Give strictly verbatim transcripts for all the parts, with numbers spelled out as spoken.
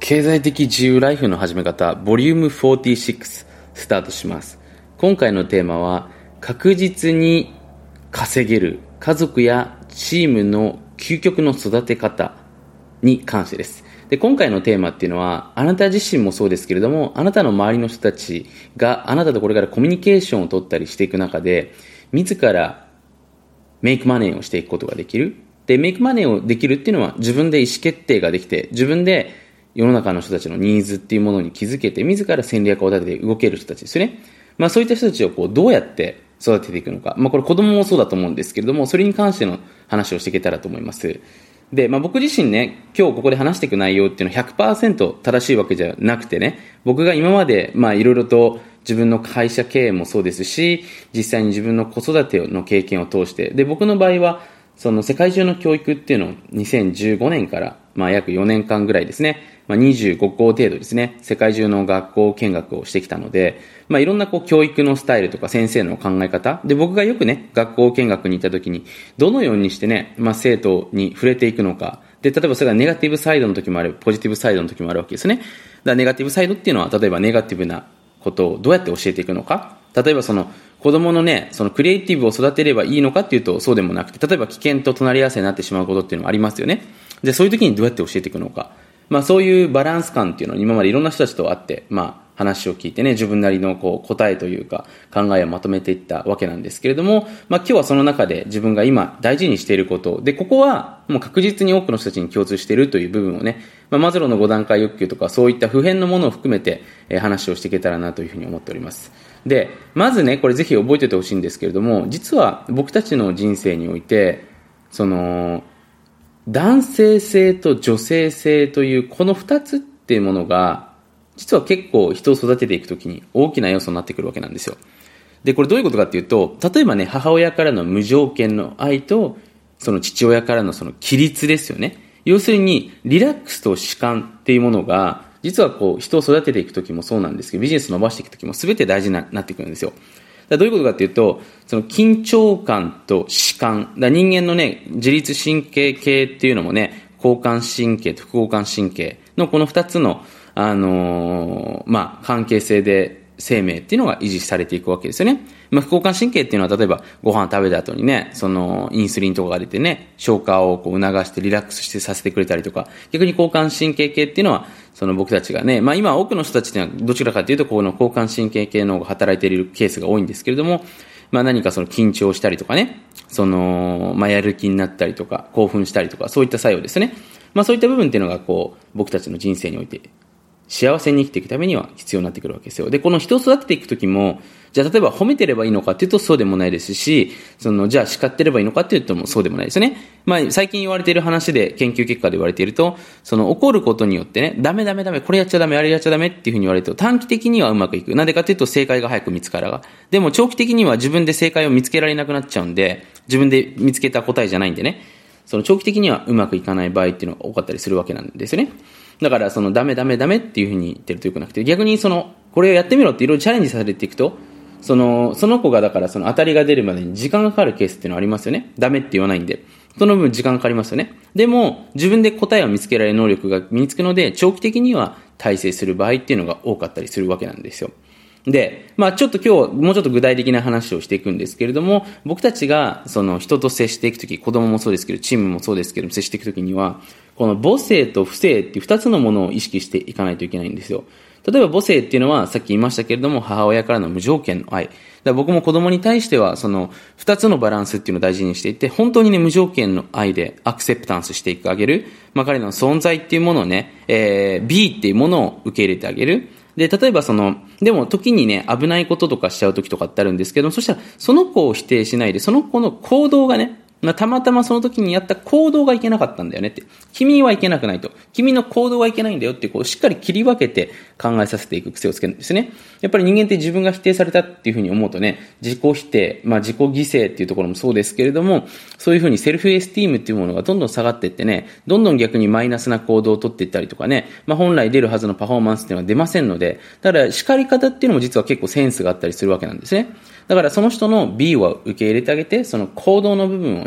経済的自由ライフの始め方ボリュームよんじゅうろくスタートします。今回のテーマは確実に稼げる家族やチームの究極の育て方に関してです。で、今回のテーマっていうのはあなた自身もそうですけれども、あなたの周りの人たちがあなたとこれからコミュニケーションを取ったりしていく中で、自らメイクマネーをしていくことができる。で、メイクマネーをできるっていうのは自分で意思決定ができて、自分で世の中の人たちのニーズっていうものに気づけて、自ら戦略を立てて動ける人たちですよね。まあそういった人たちをこうどうやって育てていくのか。まあこれ子供もそうだと思うんですけれども、それに関しての話をしていけたらと思います。で、まあ僕自身ね、今日ここで話していく内容っていうのは ひゃくパーセント 正しいわけじゃなくてね、僕が今までまあいろいろと自分の会社経営もそうですし、実際に自分の子育ての経験を通して、で、僕の場合はその世界中の教育っていうのをにせんじゅうごねんからまあ約よねんかんぐらいですね、まあ、にじゅうごこう程度ですね、世界中の学校見学をしてきたので、まあいろんなこう教育のスタイルとか先生の考え方で、僕がよくね、学校見学に行った時にどのようにしてね、まあ生徒に触れていくのか。で、例えばそれがネガティブサイドの時もある、ポジティブサイドの時もあるわけですね。だからネガティブサイドっていうのは、例えばネガティブなことをどうやって教えていくのか。例えばその子供のね、そのクリエイティブを育てればいいのかっていうとそうでもなくて、例えば危険と隣り合わせになってしまうことっていうのもありますよね。で、そういう時にどうやって教えていくのか。まあそういうバランス感っていうのを今までいろんな人たちと会って、まあ話を聞いてね、自分なりのこう答えというか考えをまとめていったわけなんですけれども、まあ今日はその中で自分が今大事にしていること、で、ここはもう確実に多くの人たちに共通しているという部分をね、まあマズローのご段階欲求とかそういった普遍のものを含めて、えー、話をしていけたらなというふうに思っております。で、まずね、これぜひ覚えておいてほしいんですけれども、実は僕たちの人生において、その、男性性と女性性というこの二つっていうものが実は結構人を育てていくときに大きな要素になってくるわけなんですよ。で、これどういうことかっていうと、例えばね、母親からの無条件の愛とその父親からのその規律ですよね。要するにリラックスと弛緩っていうものが実はこう人を育てていくときもそうなんですけど、ビジネス伸ばしていくときも全て大事になってくるんですよ。どういうことかというと、その緊張感と弛緩。だ人間のね、自律神経系っていうのもね、交感神経と副交感神経のこの二つの、あのー、まあ、関係性で生命っていうのが維持されていくわけですよね。まあ、副交感神経っていうのは例えばご飯食べた後にね、そのインスリンとかが出てね、消化をこう促してリラックスしてさせてくれたりとか、逆に交感神経系っていうのはその僕たちがね、まあ今多くの人たちっていうのはどちらかというとこの交感神経系の方が働いているケースが多いんですけれども、まあ何かその緊張したりとかね、そのまあやる気になったりとか興奮したりとかそういった作用ですね。まあそういった部分っていうのがこう僕たちの人生において幸せに生きていくためには必要になってくるわけですよ。で、この人を育てていくときも、じゃあ例えば褒めてればいいのかっていうとそうでもないですし、そのじゃあ叱ってればいいのかっていうともそうでもないですよね。まあ最近言われている話で研究結果で言われていると、その怒ることによってね、ダメダメダメ、これやっちゃダメ、あれやっちゃダメっていうふうに言われると短期的にはうまくいく。なんでかっていうと正解が早く見つかるが。でも長期的には自分で正解を見つけられなくなっちゃうんで、自分で見つけた答えじゃないんでね、その長期的にはうまくいかない場合っていうのが多かったりするわけなんですよね。だからそのダメダメダメっていうふうに言ってるとよくなくて、逆にそのこれをやってみろっていろいろチャレンジされていくと、そのその子がだからその当たりが出るまでに時間がかかるケースっていうのはありますよね。ダメって言わないんで、その分時間かかりますよね。でも自分で答えを見つけられる能力が身につくので、長期的には大成する場合っていうのが多かったりするわけなんですよ。で、まあちょっと今日もうちょっと具体的な話をしていくんですけれども、僕たちがその人と接していくとき、子供もそうですけど、チームもそうですけど、接していくときには、この母性と父性っていう二つのものを意識していかないといけないんですよ。例えば母性っていうのはさっき言いましたけれども、母親からの無条件の愛。だから僕も子供に対してはその二つのバランスっていうのを大事にしていて、本当にね無条件の愛でアクセプタンスしていくあげる。まあ彼の存在っていうものをね、えー、B っていうものを受け入れてあげる。で、例えばその、でも時にね、危ないこととかしちゃう時とかってあるんですけど、そしたらその子を否定しないで、その子の行動がね、まあ、たまたまその時にやった行動がいけなかったんだよねって。君はいけなくないと。君の行動はいけないんだよって、こう、しっかり切り分けて考えさせていく癖をつけるんですね。やっぱり人間って自分が否定されたっていうふうに思うとね、自己否定、まあ自己犠牲っていうところもそうですけれども、そういうふうにセルフエスティームっていうものがどんどん下がっていってね、どんどん逆にマイナスな行動をとっていったりとかね、まあ本来出るはずのパフォーマンスっていうのは出ませんので、だから叱り方っていうのも実は結構センスがあったりするわけなんですね。だからその人の B を受け入れてあげて、その行動の部分をね、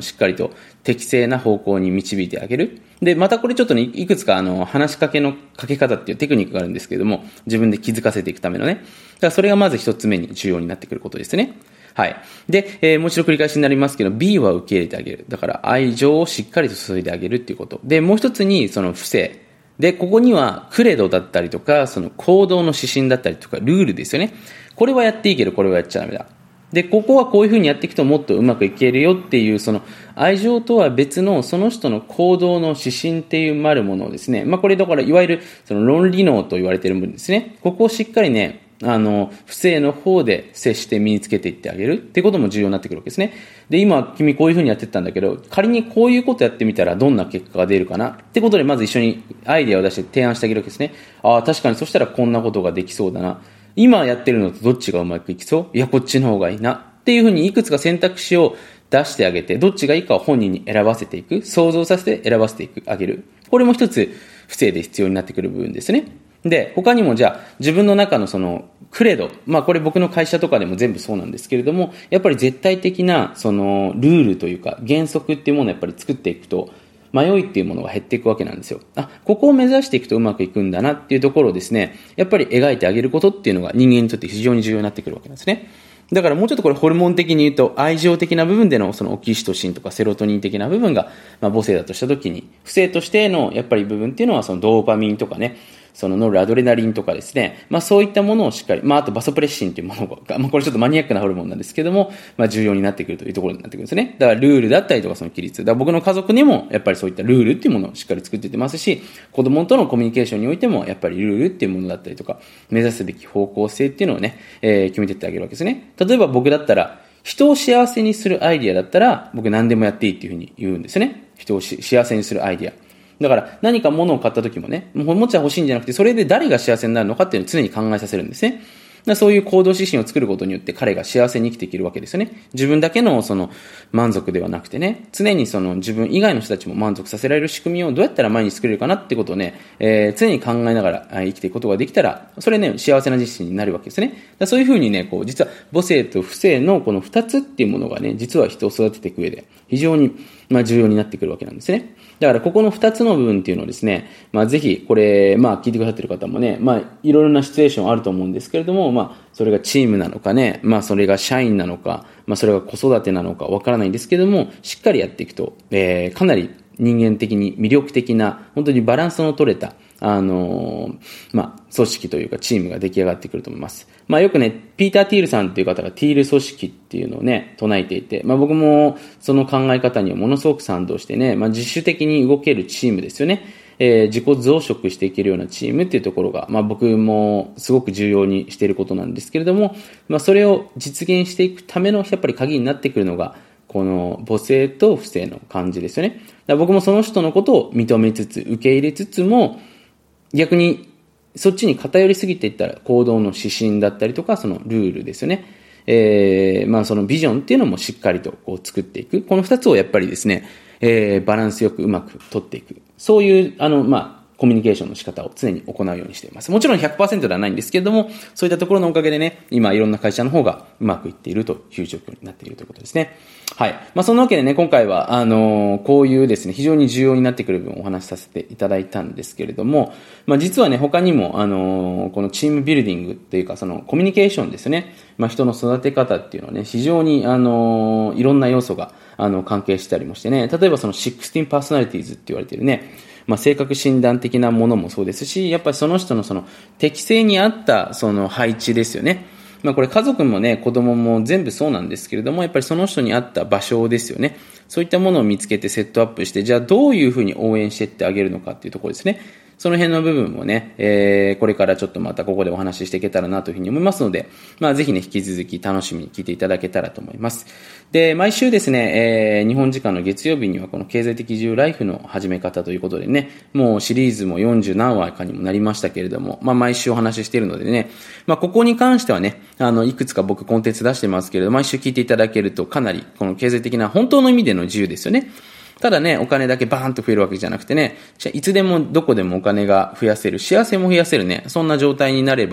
をしっかりと適正な方向に導いてあげる。で、またこれちょっとね、いくつかあの、話しかけのかけ方っていうテクニックがあるんですけれども、自分で気づかせていくためのね。だからそれがまず一つ目に重要になってくることですね。はい。で、えー、もう一度繰り返しになりますけど、B は受け入れてあげる。だから愛情をしっかりと注いであげるっていうこと。で、もう一つにその不正。で、ここにはクレドだったりとか、その行動の指針だったりとか、ルールですよね。これはやっていいけど、これはやっちゃダメだ。で、ここはこういう風にやっていくともっとうまくいけるよっていう、その愛情とは別のその人の行動の指針っていうまるものをですね、まあこれだからいわゆるその論理脳と言われている部分ですね。ここをしっかりね、あの、不正の方で接して身につけていってあげるってことも重要になってくるわけですね。で、今、君こういう風にやってったんだけど、仮にこういうことやってみたらどんな結果が出るかなってことで、まず一緒にアイデアを出して提案してあげるわけですね。ああ、確かにそしたらこんなことができそうだな。今やってるのとどっちがうまくいきそう？いや、こっちの方がいいな。っていう風にいくつか選択肢を出してあげて、どっちがいいかを本人に選ばせていく。想像させて選ばせていく、あげる。これも一つ、不正で必要になってくる部分ですね。で、他にもじゃあ、自分の中のその、クレド。まあこれ僕の会社とかでも全部そうなんですけれども、やっぱり絶対的な、その、ルールというか、原則っていうものをやっぱり作っていくと、迷いっていうものが減っていくわけなんですよ。あ、ここを目指していくとうまくいくんだなっていうところをですね、やっぱり描いてあげることっていうのが人間にとって非常に重要になってくるわけなんですね。だからもうちょっとこれホルモン的に言うと愛情的な部分でのそのオキシトシンとかセロトニン的な部分がまあ母性だとしたときに、不正としてのやっぱり部分っていうのはそのドーパミンとかね、そのノルアドレナリンとかですね、まあそういったものをしっかり、まああとバソプレッシンというものが、まあこれちょっとマニアックなホルモンなんですけども、まあ重要になってくるというところになってくるんですね。だからルールだったりとかその規律。だから僕の家族にもやっぱりそういったルールっていうものをしっかり作っていってますし、子供とのコミュニケーションにおいてもやっぱりルールっていうものだったりとか、目指すべき方向性っていうのをね、えー、決めていってあげるわけですね。例えば僕だったら、人を幸せにするアイディアだったら、僕何でもやっていいっていうふうに言うんですね。人をし幸せにするアイディア。だから何か物を買った時もね、もうおもちゃ欲しいんじゃなくて、それで誰が幸せになるのかっていうのを常に考えさせるんですね。そういう行動指針を作ることによって彼が幸せに生きていけるわけですよね。自分だけのその満足ではなくてね、常にその自分以外の人たちも満足させられる仕組みをどうやったら前に作れるかなってことをね、えー、常に考えながら生きていくことができたら、それね、幸せな実践になるわけですね。だそういうふうにね、こう、実は母性と不正のこの二つっていうものがね、実は人を育てていく上で非常にまあ重要になってくるわけなんですね。だからここの二つの部分っていうのをですね、まあぜひこれ、まあ聞いてくださってる方もね、まあいろいろなシチュエーションあると思うんですけれども、まあそれがチームなのかね、まあそれが社員なのか、まあそれが子育てなのかわからないんですけれども、しっかりやっていくと、えー、かなり人間的に魅力的な、本当にバランスの取れた、あのー、まあ、組織というかチームが出来上がってくると思います。まあよくね、ピーター・ティールさんっていう方がティール組織っていうのをね、唱えていて、まあ僕もその考え方にはものすごく賛同してね、まあ自主的に動けるチームですよね。えー、自己増殖していけるようなチームっていうところが、まあ僕もすごく重要にしていることなんですけれども、まあそれを実現していくためのやっぱり鍵になってくるのが、この母性と不正の感じですよね。だから僕もその人のことを認めつつ、受け入れつつも、逆にそっちに偏りすぎていったら行動の指針だったりとかそのルールですよね。えー、まあそのビジョンっていうのもしっかりとこう作っていく。この二つをやっぱりですね、えー、バランスよくうまく取っていく。そういうあのまあコミュニケーションの仕方を常に行うようにしています。もちろん ひゃくパーセント ではないんですけれども、そういったところのおかげでね、今いろんな会社の方がうまくいっているという状況になっているということですね。はい。まあそんなわけでね、今回はあのー、こういうですね、非常に重要になってくる部分をお話しさせていただいたんですけれども、まあ実はね、他にもあのー、このチームビルディングっていうかそのコミュニケーションですね。まあ人の育て方っていうのはね、非常にあのー、いろんな要素があの関係したりもしてね、例えばそのじゅうろくパーソナリティーズって言われているね、まあ、性格診断的なものもそうですし、やっぱりその人のその適性に合ったその配置ですよね。まあこれ家族もね、子供も全部そうなんですけれども、やっぱりその人に合った場所ですよね。そういったものを見つけてセットアップして、じゃあどういうふうに応援していってあげるのかっていうところですね。その辺の部分もね、えー、これからちょっとまたここでお話ししていけたらなというふうに思いますので、まあぜひね、引き続き楽しみに聞いていただけたらと思います。で、毎週ですね、えー、日本時間の月曜日にはこの経済的自由ライフの始め方ということでね、もうシリーズもよんじゅう何話かにもなりましたけれども、まあ毎週お話ししているのでね、まあここに関してはね、あの、いくつか僕コンテンツ出してますけれど、毎週聞いていただけるとかなりこの経済的な本当の意味での自由ですよね。ただね、お金だけバーンと増えるわけじゃなくてね、いつでもどこでもお金が増やせる、幸せも増やせるね、そんな状態になれば、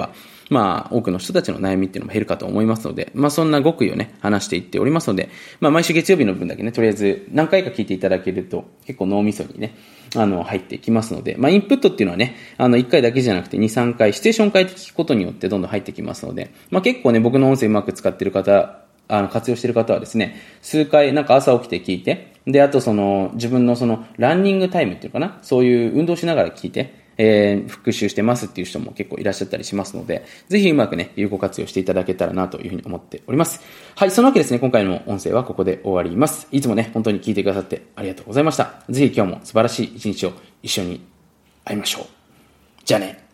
まあ、多くの人たちの悩みっていうのも減るかと思いますので、まあ、そんな極意をね、話していっておりますので、まあ、毎週月曜日の分だけね、とりあえず何回か聞いていただけると、結構脳みそにね、あの、入ってきますので、まあ、インプットっていうのはね、あの、いっかいだけじゃなくてに、さんかい、シチュエーション変えて聞くことによってどんどん入ってきますので、まあ、結構ね、僕の音声うまく使ってる方、あの、活用している方はですね、数回、なんか朝起きて聞いて、で、あとその、自分のその、ランニングタイムっていうかな、そういう運動しながら聞いて、えー、復習してますっていう人も結構いらっしゃったりしますので、ぜひうまくね、有効活用していただけたらなというふうに思っております。はい、そのわけですね、今回の音声はここで終わります。いつもね、本当に聞いてくださってありがとうございました。ぜひ今日も素晴らしい一日を一緒に会いましょう。じゃあね。